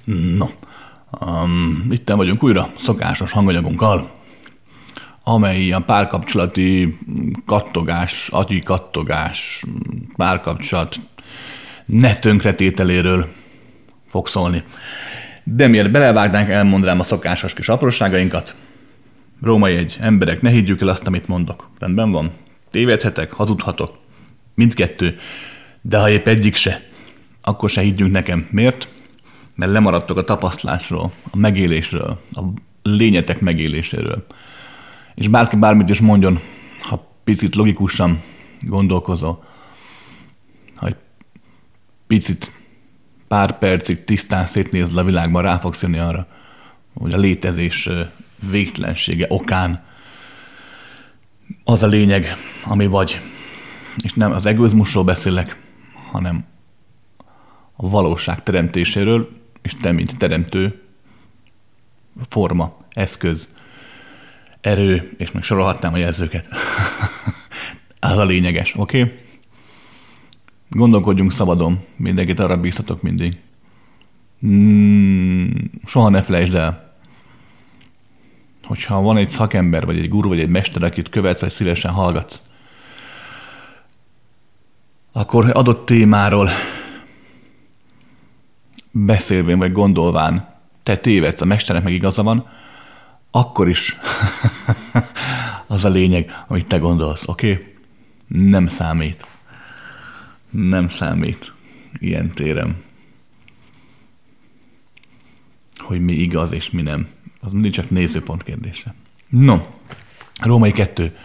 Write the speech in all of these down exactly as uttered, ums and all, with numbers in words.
No, um, itten vagyunk újra szokásos hanganyagunkkal, amely a párkapcsolati kattogás, agyi kattogás, párkapcsolat ne tönkretételéről fog szólni. De miért belevágnánk, elmondanám a szokásos kis apróságainkat. Római egy emberek, ne higgyük el azt, amit mondok. Rendben van? Tévedhetek, hazudhatok. Mindkettő. De ha épp egyik se, akkor se higgyünk nekem. Miért? Mert lemaradtok a tapasztalásról, a megélésről, a lényetek megéléséről. És bárki bármit is mondjon, ha picit logikusan gondolkozol, ha egy picit, pár percig tisztán szétnézd a világban, rá fogsz jönni arra, hogy a létezés végtelensége okán az a lényeg, ami vagy. És nem az egoizmusról beszélek, hanem a valóság teremtéséről, és te, mint teremtő, forma, eszköz, erő, és meg sorolhatnám a jelzőket. Az a lényeges, oké? Okay? Gondolkodjunk szabadon, mindenkit arra bíztatok mindig. Mm, soha ne felejtsd el, hogyha van egy szakember, vagy egy guru, vagy egy mester, akit követsz, vagy szívesen hallgatsz, akkor adott témáról beszélvén, vagy gondolván te tévedsz, a mesternek meg igaza van, akkor is az a lényeg, amit te gondolsz, oké? Okay? Nem számít. Nem számít ilyen téren, hogy mi igaz és mi nem. Az mindig csak nézőpont kérdése. No, Római kettő.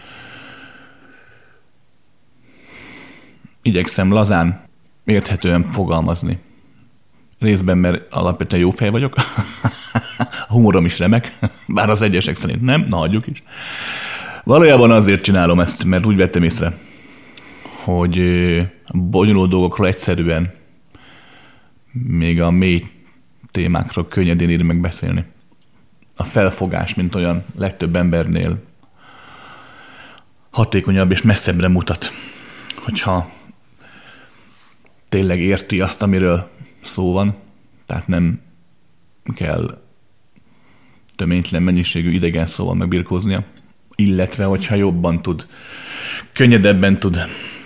Igyekszem lazán, érthetően fogalmazni. Részben, mert alapvetően jó fej vagyok. A humorom is remek, bár az egyesek szerint nem, na hagyjuk is. Valójában azért csinálom ezt, mert úgy vettem észre, hogy a bonyolult dolgokról egyszerűen, még a mély témákról könnyedén ír meg beszélni. A felfogás, mint olyan legtöbb embernél hatékonyabb és messzebbre mutat. Hogyha tényleg érti azt, amiről szó van, tehát nem kell töménytelen mennyiségű idegen szóval megbirkóznia, illetve hogyha jobban tud, könnyedebben tud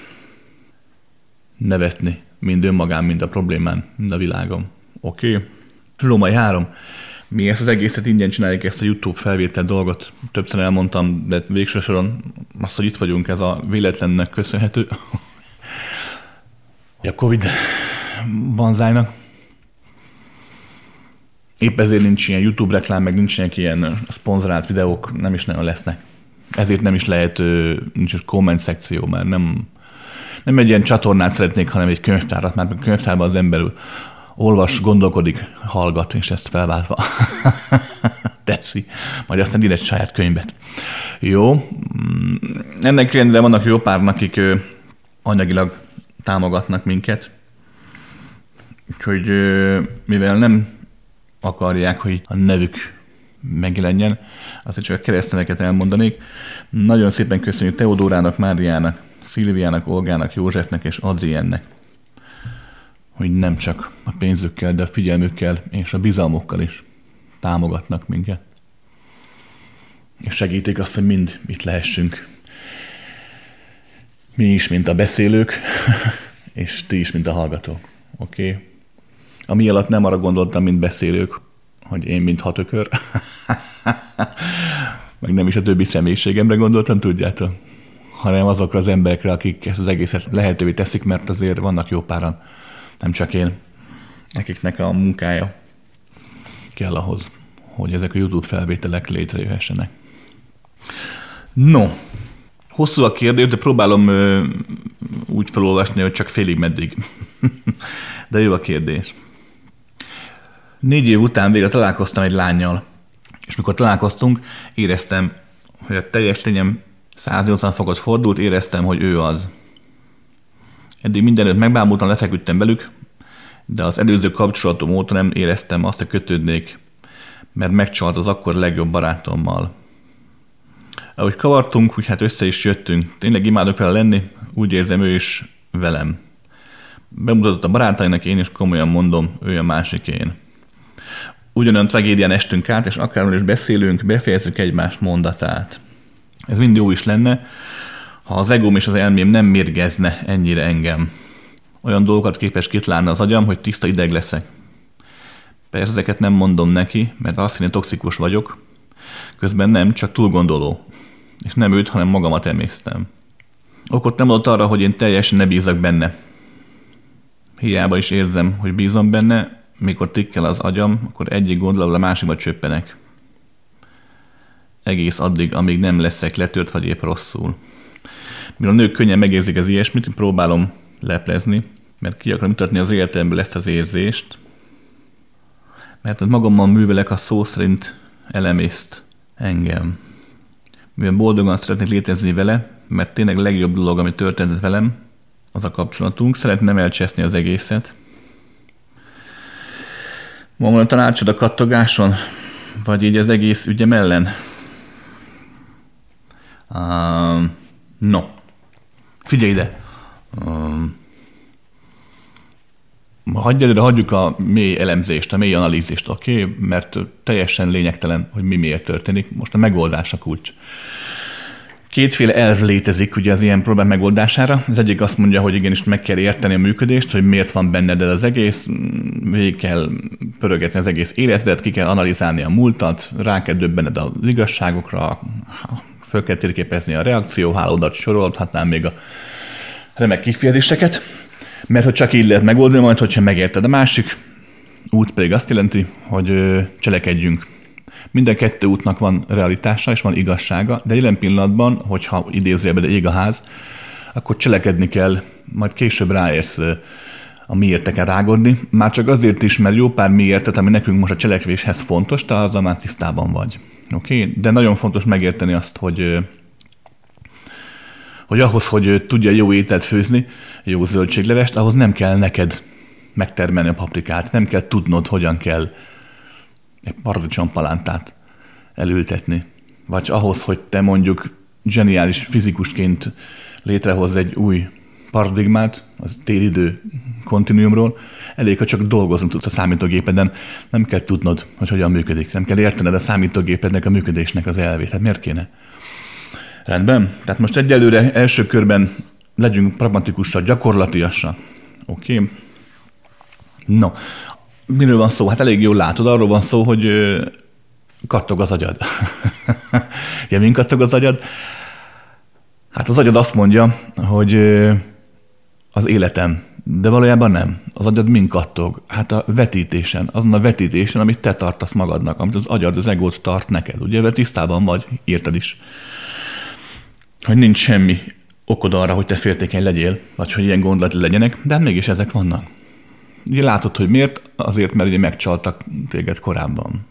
nevetni, mind önmagán, mind a problémán, mind a világon. Oké? Okay. Római három. Mi ezt az egészet ingyen csináljuk, ezt a YouTube felvétel dolgot. Többször elmondtam, de végső soron azt, hogy itt vagyunk, ez a véletlennek köszönhető. A Covid banzájnak. Épp ezért nincs ilyen YouTube reklám, meg nincsenek ilyen szponzorált videók, nem is nagyon lesznek. Ezért nem is lehet, nincs is komment szekció, mert nem, nem egy ilyen csatornát szeretnék, hanem egy könyvtárat, mert a könyvtárban az ember olvas, gondolkodik, hallgat, és ezt felváltva teszi. Majd aztán ír egy saját könyvet. Jó. Ennek ellenére vannak jó pár, akik anyagilag támogatnak minket. Úgyhogy mivel nem akarják, hogy a nevük megjelenjen, azért csak a keresztneveket elmondanék. Nagyon szépen köszönjük Teodórának, Máriának, Szilviának, Olgának, Józsefnek és Adriennek, hogy nem csak a pénzükkel, de a figyelmükkel és a bizalmukkal is támogatnak minket. És segítik azt, hogy mind itt lehessünk. Mi is, mint a beszélők, és ti is, mint a hallgatók. Oké? Okay? Ami alatt nem arra gondoltam, mint beszélők, hogy én, mint hatökör, meg nem is a többi személyiségemre gondoltam, tudjátok, hanem azokra az emberekre, akik ezt az egészet lehetővé teszik, mert azért vannak jó páran, nem csak én, akiknek a munkája kell ahhoz, hogy ezek a YouTube felvételek létrejöhessenek. No, hosszú a kérdés, de próbálom ö, úgy felolvasni, hogy csak félig meddig. De jó a kérdés. Négy év után végre találkoztam egy lánnyal, és mikor találkoztunk, éreztem, hogy a teljes lényem száznyolcvan fokot fordult, éreztem, hogy ő az. Eddig mindenütt megbámultam, lefeküdtem velük, de az előző kapcsolatom óta nem éreztem azt, hogy kötődnék, mert megcsalt az akkor legjobb barátommal. Ahogy kavartunk, úgy hát össze is jöttünk. Tényleg imádok vele lenni, úgy érzem, ő is velem. Bemutatott a barátainak, én is komolyan mondom, ő a másik én. ugyanolyan tragédián estünk át, és akárhol is beszélünk, befejezzük egymás mondatát. Ez mind jó is lenne, ha az egóm és az elmém nem mérgezne ennyire engem. Olyan dolgokat képes kitalálni az agyam, hogy tiszta ideg leszek. Persze ezeket nem mondom neki, mert azt hinni toxikus vagyok, közben nem, csak túlgondoló. És nem őt, hanem magamat emésztem. Okot nem adott arra, hogy én teljesen ne bízak benne. Hiába is érzem, hogy bízom benne, mikor tikkel az agyam, akkor egyik gondolatból a másikba csöppenek. Egész addig, amíg nem leszek letört, vagy épp rosszul. Mire a nők könnyen megérzik az ilyesmit, próbálom leplezni, mert ki akarom mutatni az életemből ezt az érzést, mert magammal művelek a szó szerint elemészt engem. Mivel boldogan szeretnék létezni vele, mert tényleg a legjobb dolog, ami történt velem, az a kapcsolatunk, szeretném elcseszni az egészet. Van valami tanácsod a kattogáson, vagy így az egész ügyem ellen? Uh, no. Figyelj ide! Uh, hagyj előre, hagyjuk a mély elemzést, a mély analízist, oké? Okay? Mert teljesen lényegtelen, hogy mi miért történik. Most a megoldás a kulcs. Kétféle elv létezik ugye az ilyen problémák megoldására. Az egyik azt mondja, hogy igenis meg kell érteni a működést, hogy miért van benned ez az egész, végig kell pörögetni az egész életedet, ki kell analizálni a múltat, rá kell döbbened az igazságokra, föl kell térképezni a reakcióhálódat, sorolhatnám még a remek kifejezéseket, mert hogy csak így lehet megoldani majd, hogyha megérted. A másik út pedig azt jelenti, hogy cselekedjünk. Minden kettő útnak van realitása és van igazsága, de jelen pillanatban, hogyha idézőjelben ég a ház, akkor cselekedni kell, majd később ráérsz a miérteken rágódni. Már csak azért is, mert jó pár miértet, ami nekünk most a cselekvéshez fontos, te azzal már tisztában vagy. Oké? Okay? De nagyon fontos megérteni azt, hogy, hogy ahhoz, hogy tudja jó ételt főzni, jó zöldséglevest, ahhoz nem kell neked megtermelni a paprikát, nem kell tudnod, hogyan kell egy paradicsompalántát elültetni. Vagy ahhoz, hogy te mondjuk zseniális fizikusként létrehozz egy új paradigmát, az téridő kontinuumról, elég, ha csak dolgozni tudsz a számítógépeden, nem kell tudnod, hogy hogyan működik. Nem kell értened a számítógépednek a működésnek az elvét. Hát miért kéne? Rendben? Tehát most egyelőre első körben legyünk pragmatikusak, gyakorlatiasak. Oké? Okay. No, miről van szó? Hát elég jól látod, arról van szó, hogy kattog az agyad. Ja, min kattog az agyad? Hát az agyad azt mondja, hogy az életem, de valójában nem. Az agyad min kattog? Hát a vetítésen, azon a vetítésen, amit te tartasz magadnak, amit az agyad, az egót tart neked. Ugye, mert tisztában vagy, írtad is, hogy nincs semmi okod arra, hogy te féltékeny legyél, vagy hogy ilyen gondolat legyenek, de mégis ezek vannak. Ugye látod, hogy miért? Azért, mert ugye megcsaltak téged korábban.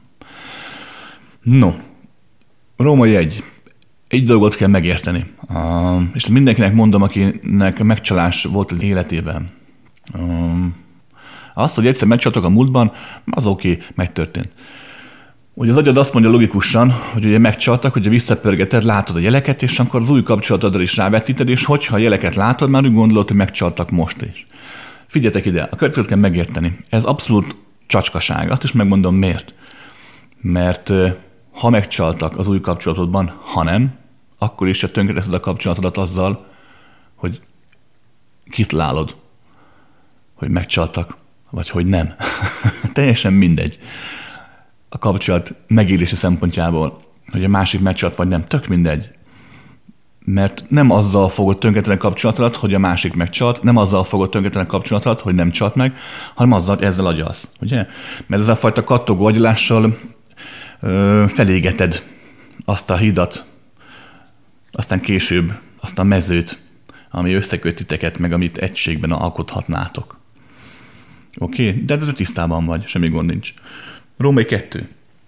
No, Római egy. Egy dolgot kell megérteni. Uh, és mindenkinek mondom, akinek megcsalás volt az életében. Uh, azt, hogy egyszer megcsaltak a múltban, az oké, okay, megtörtént. Ugye az agyad azt mondja logikusan, hogy ugye megcsaltak, hogy visszapörgeted, látod a jeleket, és akkor az új kapcsolatodra is rávetíted, és hogyha a jeleket látod, már úgy gondolod, hogy megcsaltak most is. Figyeljetek ide, a következőt kell megérteni. Ez abszolút csacskaság. Azt is megmondom miért. Mert ha megcsaltak az új kapcsolatodban, ha nem, akkor is se tönkreteszed a kapcsolatodat azzal, hogy kitalálod, hogy megcsaltak, vagy hogy nem. Teljesen mindegy. A kapcsolat megélése szempontjából, hogy a másik megcsalt, vagy nem, tök mindegy. Mert nem azzal fogod tönkreteni a kapcsolatodat, hogy a másik megcsalt, nem azzal fogod tönkreteni a kapcsolatodat, hogy nem csalt meg, hanem azzal, hogy ezzel agyalsz. Ugye? Mert ez a fajta kattogó agyalással ö, felégeted azt a hidat, aztán később azt a mezőt, ami összeköt titeket, meg amit egységben alkothatnátok. Oké? Okay? De ez tisztában vagy, semmi gond nincs. Római kettő.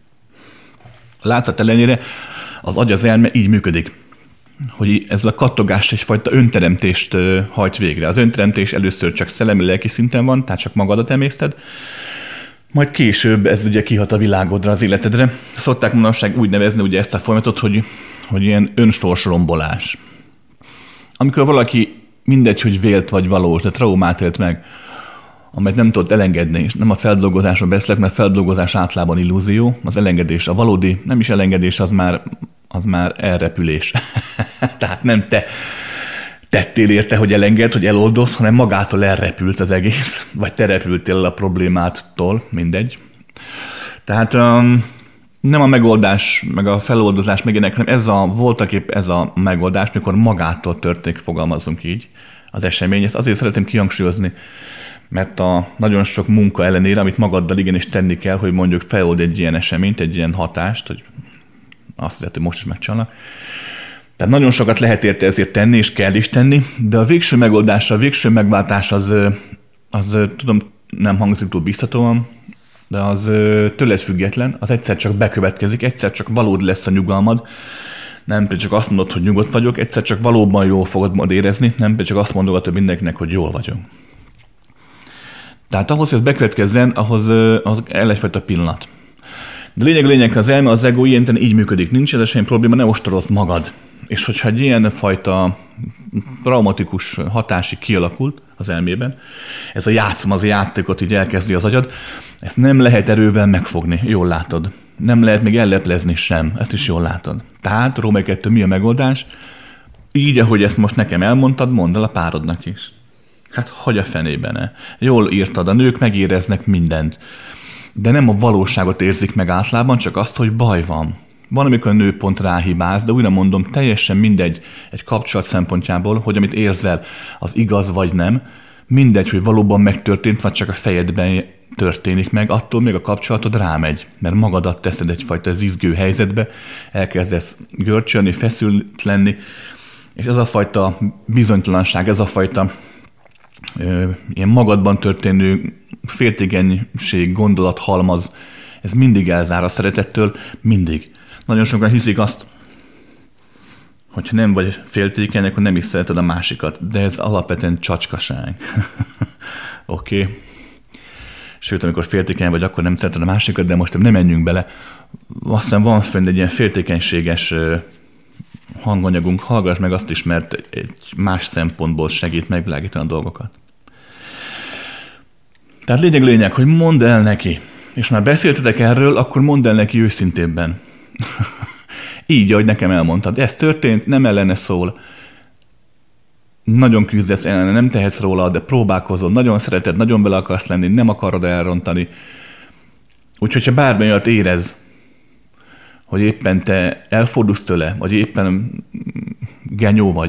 A látszat ellenére az agy, az elme így működik, hogy ez a kattogás egyfajta önteremtést hajt végre. Az önteremtés először csak szellemi lelki szinten van, tehát csak magadat emészted, majd később ez ugye kihat a világodra, az életedre. Szokták manapság úgy nevezni ugye ezt a folyamatot, hogy, hogy ilyen önsorsrombolás. Amikor valaki mindegy, hogy vélt vagy valós, de traumát élt meg, amelyet nem tudod elengedni, és nem a feldolgozásról beszélek, mert feldolgozás általában illúzió, az elengedés, a valódi, nem is elengedés, az már, az már elrepülés. Tehát nem te tettél érte, hogy elenged, hogy eloldoz, hanem magától elrepült az egész, vagy te repültél el a problémától, mindegy. Tehát um, nem a megoldás, meg a feloldozás meg ilyenek, hanem ez a, voltak épp ez a megoldás, mikor magától történik, fogalmazunk így, az esemény. Ezt azért szeretném kihangsúlyozni, mert a nagyon sok munka ellenére, amit magaddal igenis tenni kell, hogy mondjuk felold egy ilyen eseményt, egy ilyen hatást, hogy azt hiszem, hogy most is megcsalnak. Tehát nagyon sokat lehet érte ezért tenni, és kell is tenni, de a végső megoldás, a végső megváltás az, az tudom, nem hangzik túl biztatóan, de az tőled független, az egyszer csak bekövetkezik, egyszer csak valódi lesz a nyugalmad, nem pedig csak azt mondod, hogy nyugodt vagyok, egyszer csak valóban jól fogod majd érezni, nem pedig csak azt mondogatod mindenkinek, hogy jól vagyok. Tehát ahhoz, hogy ez bekövetkezzen, ahhoz az el egyfajta pillanat. De lényeg, lényeg, az elme, az ego ilyen így működik, nincs ez semmi probléma, ne ostorozd magad. És hogyha egy ilyen fajta traumatikus hatási kialakult az elmében, ez a játszma, az a játékot így elkezdi az agyad, ezt nem lehet erővel megfogni, jól látod. Nem lehet még elleplezni sem, ezt is jól látod. Tehát Római kettő mi a megoldás? Így, ahogy ezt most nekem elmondtad, mondd el a párodnak is. Hát hogy a fenében-e? Jól írtad, a nők megéreznek mindent. De nem a valóságot érzik meg általában, csak azt, hogy baj van. Van, amikor a nő pont ráhibáz, de újra mondom, teljesen mindegy egy kapcsolat szempontjából, hogy amit érzel, az igaz vagy nem. Mindegy, hogy valóban megtörtént, vagy csak a fejedben történik meg, attól még a kapcsolatod rámegy, mert magadat teszed egyfajta zizgő helyzetbe, elkezdesz görcsölni, feszült lenni, és ez a fajta bizonytalanság, ez a fajta ö, ilyen magadban történő féltékenység, gondolat, halmaz, ez mindig elzár a szeretettől, mindig. Nagyon sokan hiszik azt, hogyha nem vagy féltékeny, akkor nem is szereted a másikat, de ez alapvetően csacskaság. Oké. Okay. Sőt, amikor féltékeny vagy, akkor nem szereted a másikat, de most nem menjünk bele. Aztán van fenn egy ilyen féltékenységes hanganyagunk, hallgass meg azt is, mert egy más szempontból segít megvilágítani a dolgokat. Tehát lényeg lényeg, hogy mondd el neki, és már beszéltetek erről, akkor mondd el neki őszintébben. Így, ahogy nekem elmondtad. Ez történt, nem ellene szól. Nagyon küzdesz ellene, nem tehetsz róla, de próbálkozol, nagyon szereted, nagyon bele akarsz lenni, nem akarod elrontani. Úgyhogy, ha bármi olyat érez, hogy éppen te elfordulsz tőle, vagy éppen genyó vagy,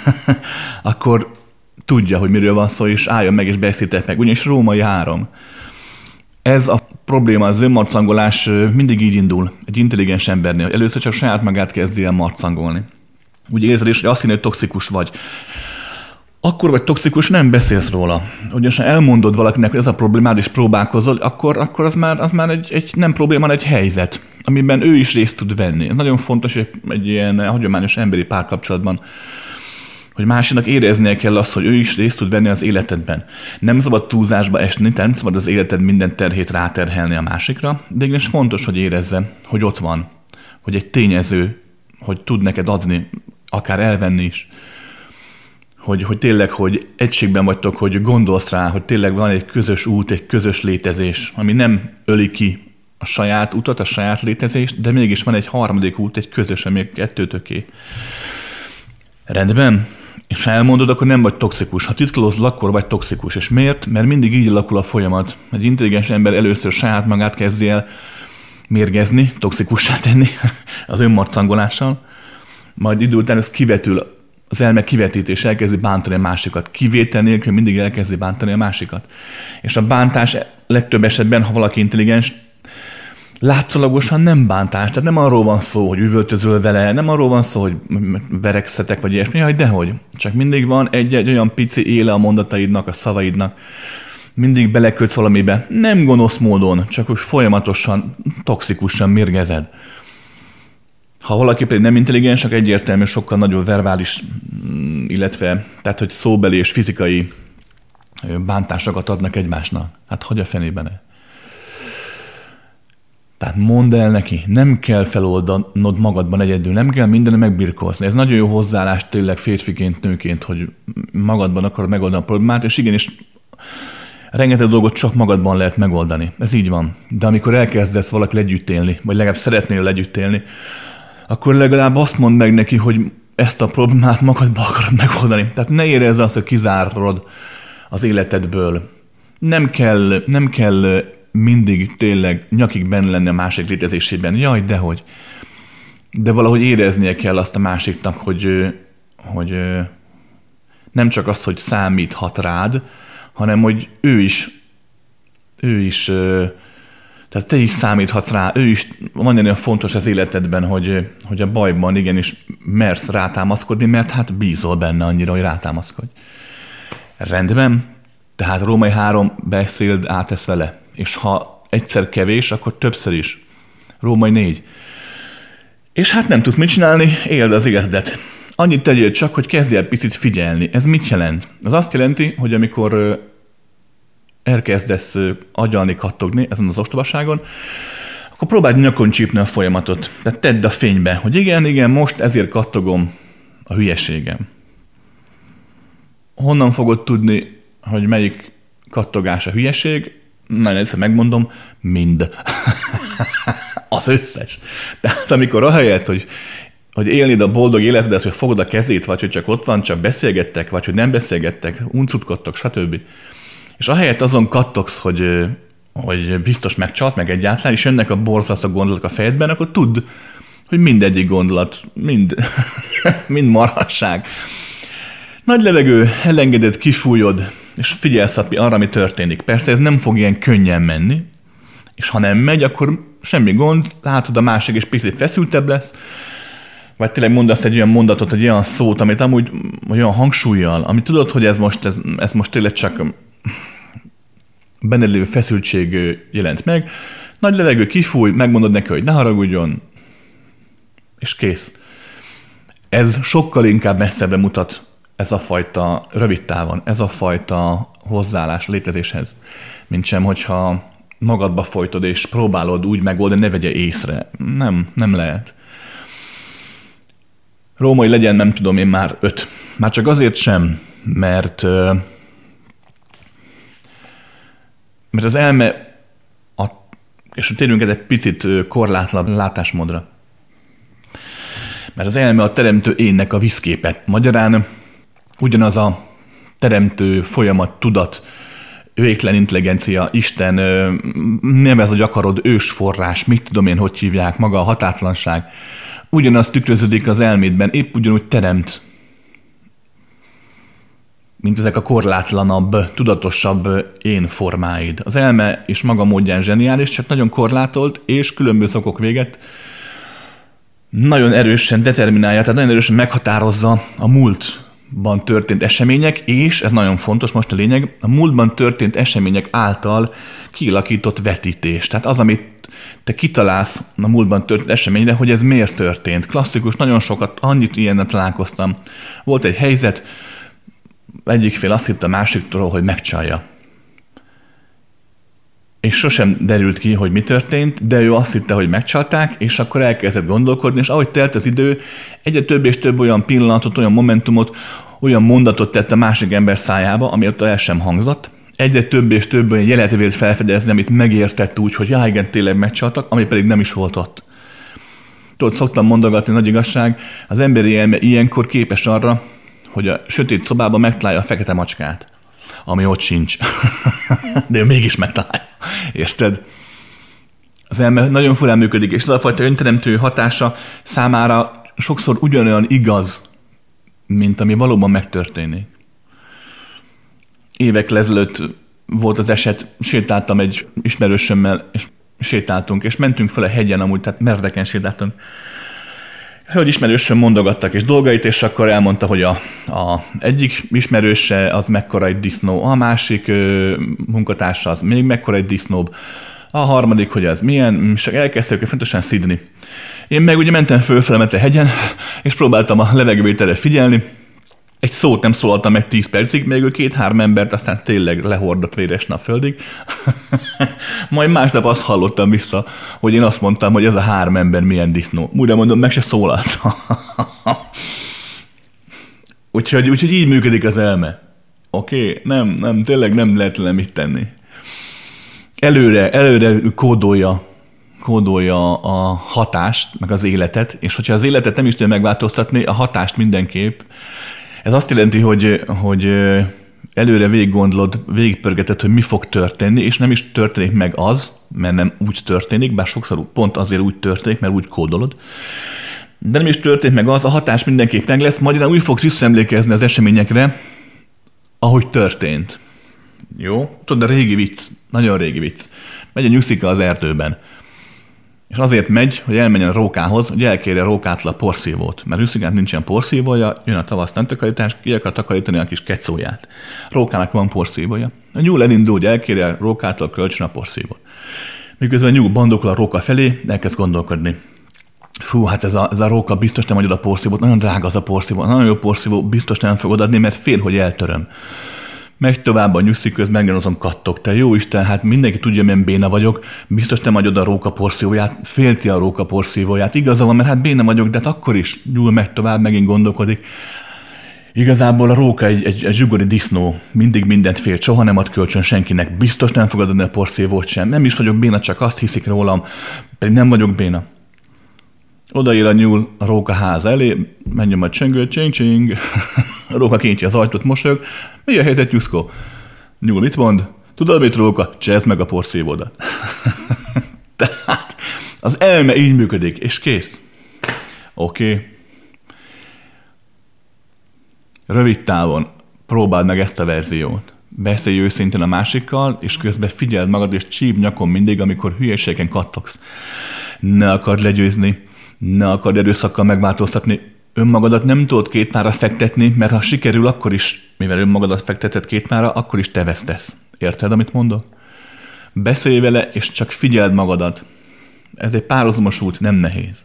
akkor tudja, hogy miről van szó, és álljon meg, és beszéltek meg. Ugyanis Római három. Ez a probléma, az önmarcangolás mindig így indul egy intelligens embernél. Először csak saját magát kezdi el marcangolni. Úgy érzed is, hogy azt hinni, hogy toxikus vagy. Akkor vagy toxikus, nem beszélsz róla. Ugyanis ha elmondod valakinek, hogy ez a problémád, és próbálkozol, akkor, akkor az már, az már egy, egy nem probléma, egy helyzet, amiben ő is részt tud venni. Ez nagyon fontos egy, egy ilyen hagyományos emberi párkapcsolatban, hogy másiknak éreznie kell azt, hogy ő is részt tud venni az életedben. Nem szabad túlzásba esni, nem szabad az életed minden terhét ráterhelni a másikra, de igenis fontos, hogy érezze, hogy ott van, hogy egy tényező, hogy tud neked adni, akár elvenni is, hogy, hogy tényleg, hogy egységben vagytok, hogy gondolsz rá, hogy tényleg van egy közös út, egy közös létezés, ami nem öli ki a saját utat, a saját létezést, de mégis van egy harmadik út, egy közös, ami kettőtöké. Rendben? És ha elmondod, akkor nem vagy toxikus. Ha titkolozol, akkor vagy toxikus. És miért? Mert mindig így alakul a folyamat. Egy intelligens ember először saját magát kezdi el mérgezni, toxikussá tenni az önmarcangolással, majd idő után ez kivetül, az elme kivetít, és elkezdi bántani a másikat. Kivétel nélkül mindig elkezdi bántani a másikat. És a bántás legtöbb esetben, ha valaki intelligens, látszólagosan nem bántás, tehát nem arról van szó, hogy üvöltözöl vele, nem arról van szó, hogy verekszetek, vagy ilyesmi, hogy dehogy. Csak mindig van egy-egy olyan pici éle a mondataidnak, a szavaidnak. Mindig belekötsz valamibe, nem gonosz módon, csak hogy folyamatosan, toxikusan mérgezed. Ha valaki pedig nem intelligens, csak egyértelmű, sokkal nagyobb verbális, illetve, tehát hogy szóbeli és fizikai bántásokat adnak egymásnak. Hát hogy a fenében-e? Tehát mondd el neki, nem kell feloldanod magadban egyedül, nem kell mindenen megbirkózni. Ez nagyon jó hozzáállás tényleg férfiként, nőként, hogy magadban akarod megoldani a problémát, és igenis Rengeteg dolgot csak magadban lehet megoldani. Ez így van. De amikor elkezdesz valaki együtt élni, vagy legalább szeretnél együtt élni, akkor legalább azt mondd meg neki, hogy ezt a problémát magadban akarod megoldani. Tehát ne érezd azt, hogy kizárod az életedből. Nem kell, nem kell mindig tényleg nyakig benne lenni a másik létezésében. Jaj, dehogy. De valahogy éreznie kell azt a másiknak, hogy, hogy nem csak az, hogy számíthat rád, hanem hogy ő is, ő is, tehát te is számíthatsz rá, ő is van olyan fontos az életedben, hogy, hogy a bajban igenis mersz rátámaszkodni, mert hát bízol benne annyira, hogy rátámaszkodj. Rendben? Tehát Római három beszéld átesz vele, és ha egyszer kevés, akkor többször is. Római négy. És hát nem tudsz mit csinálni, éld az életedet. Annyit tegyél csak, hogy kezdj el picit figyelni. Ez mit jelent? Ez azt jelenti, hogy amikor elkezdesz agyalni, kattogni ezen az ostobaságon, akkor próbáld nyakon csípni a folyamatot. Tehát tedd a fénybe, hogy igen, igen, most ezért kattogom a hülyeségem. Honnan fogod tudni, hogy melyik kattogás a hülyeség? Nagyon egyszer megmondom, mind. Az összes. Tehát amikor ahelyett, hogy, hogy élnéd a boldog életedet, hogy fogod a kezét, vagy hogy csak ott van, csak beszélgettek, vagy hogy nem beszélgettek, uncutkodtok, stb. És ahelyett azon kattogsz, hogy, hogy biztos megcsalt, meg egyáltalán, és jönnek a borzasztó gondolatok a fejedben, akkor tudd, hogy mindegyik gondolat, mind, mind marhasság. Nagy levegő, elengeded, kifújod, és figyelsz arra, ami történik. Persze ez nem fog ilyen könnyen menni, és ha nem megy, akkor semmi gond, látod a másik, és picit feszültebb lesz, vagy tényleg mondasz egy olyan mondatot, egy olyan szót, amit amúgy olyan hangsúlyjal, amit tudod, hogy ez most, ez, ez most tényleg csak benned lévő feszültség jelent meg. Nagy levegő, kifúj, megmondod neki, hogy ne haragudjon, és kész. Ez sokkal inkább messzebbre mutat, ez a fajta rövid távon, ez a fajta hozzáállás a létezéshez, mint sem, hogyha magadba folytod, és próbálod úgy megoldani, ne vegye észre. Nem, nem lehet. Római legyen, nem tudom én, már öt. Már csak azért sem, mert, mert az elme, a, és térjünk egy picit korlátlan látásmódra, mert az elme a teremtő énnek a vízképet. Magyarán ugyanaz a teremtő folyamat, tudat, végtelen intelligencia, Isten, nevez, hogy akarod, ősforrás, mit tudom én, hogy hívják, maga a határtlanság, ugyanaz tükröződik az elmédben, épp ugyanúgy teremt, mint ezek a korlátlanabb, tudatosabb én formáid. Az elme és maga módján zseniális, csak nagyon korlátolt, és különböző okok véget nagyon erősen determinálja, tehát nagyon erősen meghatározza a múltban történt események, és ez nagyon fontos, most a lényeg, a múltban történt események által kialakított vetítés. Tehát az, amit te kitalálsz a múltban történt eseményre, hogy ez miért történt. Klasszikus, nagyon sokat, annyit ilyennel találkoztam. Volt egy helyzet, egyik fél azt hitte a másiktól, hogy megcsalja. És sosem derült ki, hogy mi történt, de ő azt hitte, hogy megcsalták, és akkor elkezdett gondolkodni, és ahogy telt az idő, egyre több és több olyan pillanatot, olyan momentumot, olyan mondatot tett a másik ember szájába, ami ott el sem hangzott. Egyre több és több olyan jelet vélt felfedezni, amit megértett úgy, hogy já, igen, tényleg megcsaltak, ami pedig nem is volt ott. Tudod, szoktam mondogatni, nagy igazság, az emberi elme ilyenkor képes arra, hogy a sötét szobában megtalálja a fekete macskát, ami ott sincs. De ő mégis megtalálja. Érted? Az elme nagyon furán működik, és ez a fajta önteremtő hatása számára sokszor ugyanolyan igaz, mint ami valóban megtörténik. Évekkel ezelőtt volt az eset, sétáltam egy ismerősömmel, és sétáltunk, és mentünk fel a hegyen amúgy, tehát merdeken sétáltunk. Hogy ismerősöm mondogattak és dolgait, és akkor elmondta, hogy a, a egyik ismerőse az mekkora egy disznó, a másik ö, munkatársa az még mekkora egy disznóbb, a harmadik, hogy az milyen, és elkezdtek fontosan szidni. Én meg ugye mentem fölfele a hegyen, és próbáltam a levegővételre figyelni. Egy szót nem szólaltam meg tíz percig, még ő két-három embert aztán tényleg lehordott véresen a földig. Majd másnap azt hallottam vissza, hogy én azt mondtam, hogy ez a három ember milyen disznó. Úgy mondom, meg se szólaltam. úgyhogy, úgyhogy így működik az elme. Oké, okay? nem, nem, tényleg nem lehet le mit tenni. Előre, előre kódolja, kódolja a hatást, meg az életet, és hogyha az életet nem is tudja megváltoztatni, a hatást mindenképp. Ez azt jelenti, hogy, hogy előre végig gondolod, végigpörgeted, hogy mi fog történni, és nem is történik meg az, mert nem úgy történik, bár sokszor pont azért úgy történik, mert úgy kódolod, de nem is történik meg az, a hatás mindenképp meg lesz, magyarán úgy fogsz visszaemlékezni az eseményekre, ahogy történt. Jó? Tudod, a régi vicc, nagyon régi vicc. Megy a nyuszika az erdőben. És azért megy, hogy elmenjen a rókához, hogy elkérje a rókától a porszívót. Mert nyuszikát nincsen porszívója, jön a tavasz nem takarítás, ki akar takarítani a kis kecóját. Rókának van porszívója. A nyúl elindul, hogy elkérje a rókától kölcsön a porszívót. Miközben a nyúl bandokol a róka felé, elkezd gondolkodni. Fú, hát ez a, ez a róka biztos nem adja a porszívót, nagyon drága az a porszívó, nagyon jó porszívó, biztos nem fogod adni, mert fél, hogy eltöröm. Megy tovább a nyuszik közben, azon kattog. Te jó Isten, hát mindenki tudja, milyen béna vagyok, biztos nem adod a róka porszívóját, félti a róka porszívóját. Igaza van, mert hát béna vagyok, de hát akkor is nyúl megy tovább, megint gondolkodik. Igazából a róka egy, egy, egy zsugori disznó, mindig mindent fél, soha nem ad kölcsön senkinek, biztos nem fogod adni a porszívót sem. Nem is vagyok béna, csak azt hiszik rólam, pedig nem vagyok béna. Odaér a nyúl a róka ház elé, menjen a csengő, csing-csing. A róka kinyitja az ajtót, mosolyog. Mi a helyzet, Nyuszkó? Nyúl mit mond? Tudod mit, róka? Csezd meg a porszívódat. Tehát az elme így működik, és kész. Oké. Okay. Rövid távon próbáld meg ezt a verziót. Beszélj őszintén a másikkal, és közben figyeld magad, és csíp nyakon mindig, amikor hülyeségen kattogsz. Ne akard legyőzni, ne akard erőszakkal megváltoztatni. Önmagadat nem tudod két pára fektetni, mert ha sikerül, akkor is, mivel önmagadat fekteted két pára, akkor is te vesztesz. Érted, amit mondok? Beszélj vele, és csak figyeld magadat. Ez egy párhuzamos út, nem nehéz.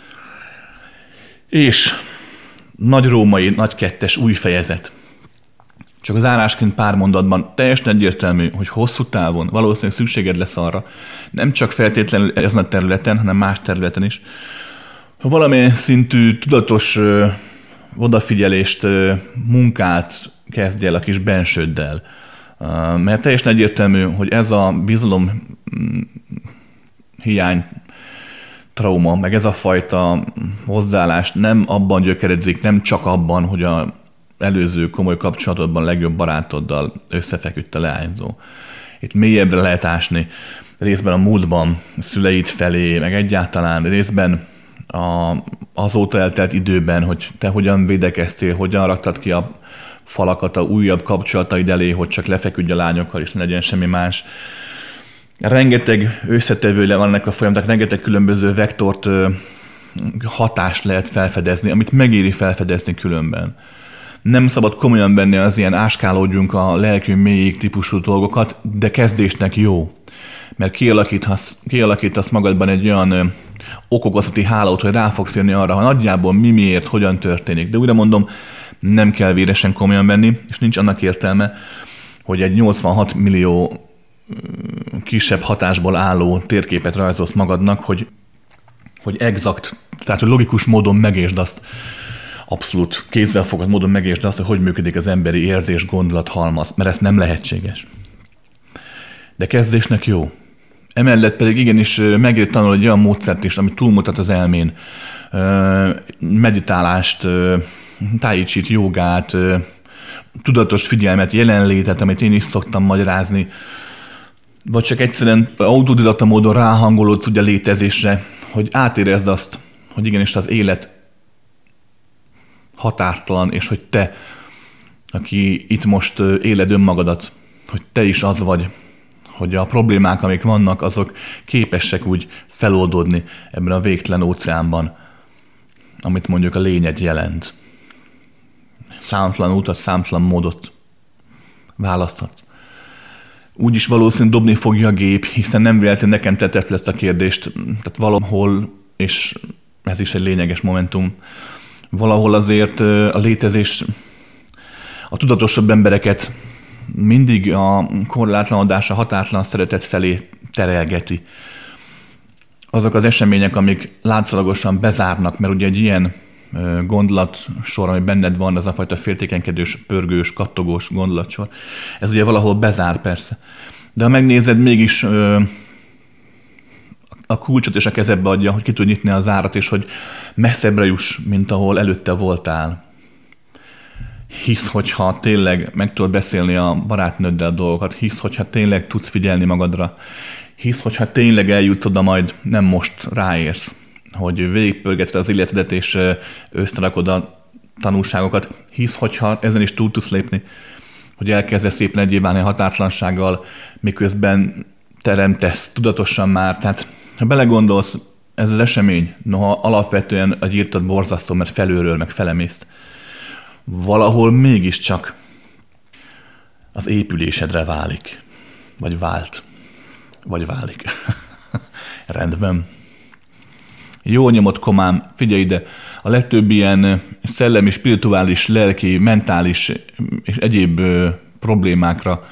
És nagy római, nagy kettes, új fejezet. Csak az árásként pár mondatban teljesen egyértelmű, hogy hosszú távon valószínűleg szükséged lesz arra, nem csak feltétlenül ezen a területen, hanem más területen is, ha valamilyen szintű tudatos ö, odafigyelést, ö, munkát kezdj el a kis bensőddel. Uh, mert teljesen egyértelmű, hogy ez a bizalom mm, hiány, trauma, meg ez a fajta hozzáállás nem abban gyökeredzik, nem csak abban, hogy a előző komoly kapcsolatodban legjobb barátoddal összefeküdt a leányzó. Itt mélyebbre lehet ásni, részben a múltban, a szüleid felé, meg egyáltalán részben a, azóta eltelt időben, hogy te hogyan védekeztél, hogyan raktad ki a falakat a újabb kapcsolataid elé, hogy csak lefeküdj a lányokkal, és ne legyen semmi más. Rengeteg összetevője van ennek a folyamatnak, rengeteg különböző vektort, hatást lehet felfedezni, amit megéri felfedezni különben. Nem szabad komolyan venni az ilyen áskálódjunk a lelkünk mélyig típusú dolgokat, de kezdésnek jó. Mert kialakítasz, kialakítasz magadban egy olyan okokozati hálót, hogy rá fogsz jönni arra, hogy nagyjából mi, miért, hogyan történik. De újra mondom, nem kell véresen komolyan venni, és nincs annak értelme, hogy egy nyolcvanhat millió kisebb hatásból álló térképet rajzolsz magadnak, hogy, hogy exakt, tehát hogy logikus módon megértsd azt, abszolút kézzelfogott módon megértsd azt, hogy hogy működik az emberi érzés, gondolat, halmaz, mert ez nem lehetséges. De kezdésnek jó. Emellett pedig igenis megér tanulni egy olyan módszert is, ami túlmutat az elmén. Meditálást, tai chit, jogát, tudatos figyelmet, jelenlétet, amit én is szoktam magyarázni, vagy csak egyszerűen autodidakta módon ráhangolódsz ugye a létezésre, hogy átérezd azt, hogy igenis az élet határtalan, és hogy te, aki itt most éled önmagadat, hogy te is az vagy, hogy a problémák, amik vannak, azok képesek úgy feloldódni ebben a végtelen óceánban, amit mondjuk a lényed jelent. Számtalan utat, számtalan módot választhatsz. Úgyis valószínűleg dobni fogja a gép, hiszen nem véletlenül nekem tetett le ezt a kérdést, tehát valahol, és ez is egy lényeges momentum, valahol azért a létezés a tudatosabb embereket mindig a korlátlanodás, a határtalan szeretet felé terelgeti. Azok az események, amik látszalagosan bezárnak, mert ugye egy ilyen gondolatsor, ami benned van, ez a fajta féltékenykedős, pörgős, kattogós gondolatsor. Ez ugye valahol bezár persze. De ha megnézed, mégis ö, a kulcsot és a kezedbe adja, hogy ki tud nyitni a zárat, és hogy messzebbre juss, mint ahol előtte voltál. Hisz, hogyha tényleg meg tudod beszélni a barátnőddel a dolgokat, hisz, hogyha tényleg tudsz figyelni magadra, hisz, hogyha tényleg eljutsz oda, majd nem most ráérsz, hogy végigpörgeted az életedet, és összerakod a tanulságokat, hisz, hogyha ezen is túl tudsz lépni, hogy elkezdesz szépen egyé válni a határtlansággal, miközben teremtesz tudatosan már. Tehát, ha belegondolsz, ez az esemény, noha alapvetően a írtad borzasztó, mert felülről meg felemészt, valahol mégiscsak az épülésedre válik. Vagy vált. Vagy válik. Rendben. Jó nyomott, komám, figyelj ide, a legtöbb ilyen szellemi, spirituális, lelki, mentális és egyéb ö, problémákra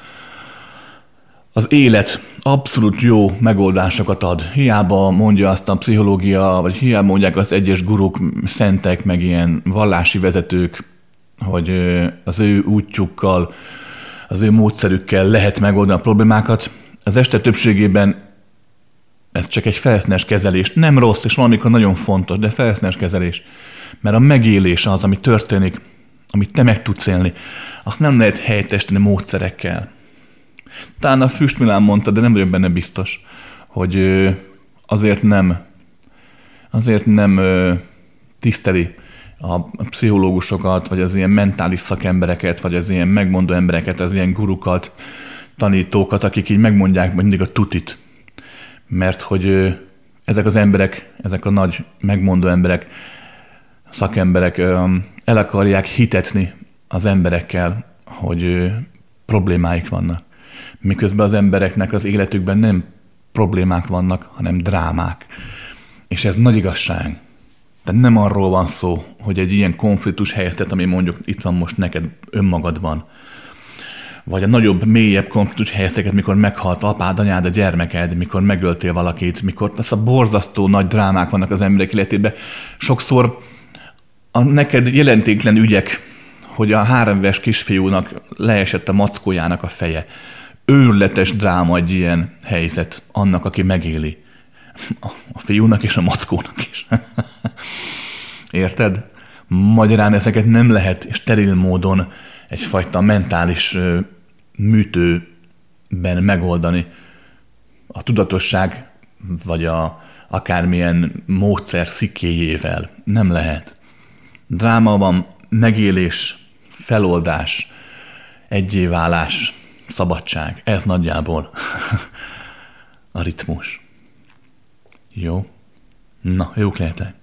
az élet abszolút jó megoldásokat ad. Hiába mondja azt a pszichológia, vagy hiába mondják azt egyes guruk, szentek, meg ilyen vallási vezetők, hogy ö, az ő útjukkal, az ő módszerükkel lehet megoldani a problémákat. Az este többségében ez csak egy felszínes kezelés. Nem rossz, és valamikor nagyon fontos, de felszínes kezelés. Mert a megélés az, ami történik, amit te meg tudsz élni, azt nem lehet helyettesíteni módszerekkel. Talán a Füstmilán mondta, de nem vagyok benne biztos, hogy azért nem, azért nem tiszteli a pszichológusokat, vagy az ilyen mentális szakembereket, vagy az ilyen megmondó embereket, az ilyen gurukat, tanítókat, akik így megmondják mindig a tutit. Mert hogy ezek az emberek, ezek a nagy megmondó emberek, szakemberek el akarják hitetni az emberekkel, hogy problémáik vannak. Miközben az embereknek az életükben nem problémák vannak, hanem drámák. És ez nagy igazság. Tehát nem arról van szó, hogy egy ilyen konfliktus helyzet, ami mondjuk itt van most neked önmagadban, vagy a nagyobb, mélyebb konfliktus helyzeteket, mikor meghalt apád, anyád, a gyermeked, mikor megöltél valakit, mikor az a borzasztó nagy drámák vannak az emberek életében. Sokszor a neked jelentéktlen ügyek, hogy a három éves kisfiúnak leesett a mackójának a feje. Őrületes dráma egy ilyen helyzet annak, aki megéli. A fiúnak és a mackónak is. Érted? Magyarán ezeket nem lehet steril módon egyfajta mentális műtőben megoldani. A tudatosság, vagy a akármilyen módszer szikéjével. Nem lehet. Dráma van, megélés, feloldás, egyéválás, szabadság. Ez nagyjából a ritmus. Jó? Na, jók lehetek.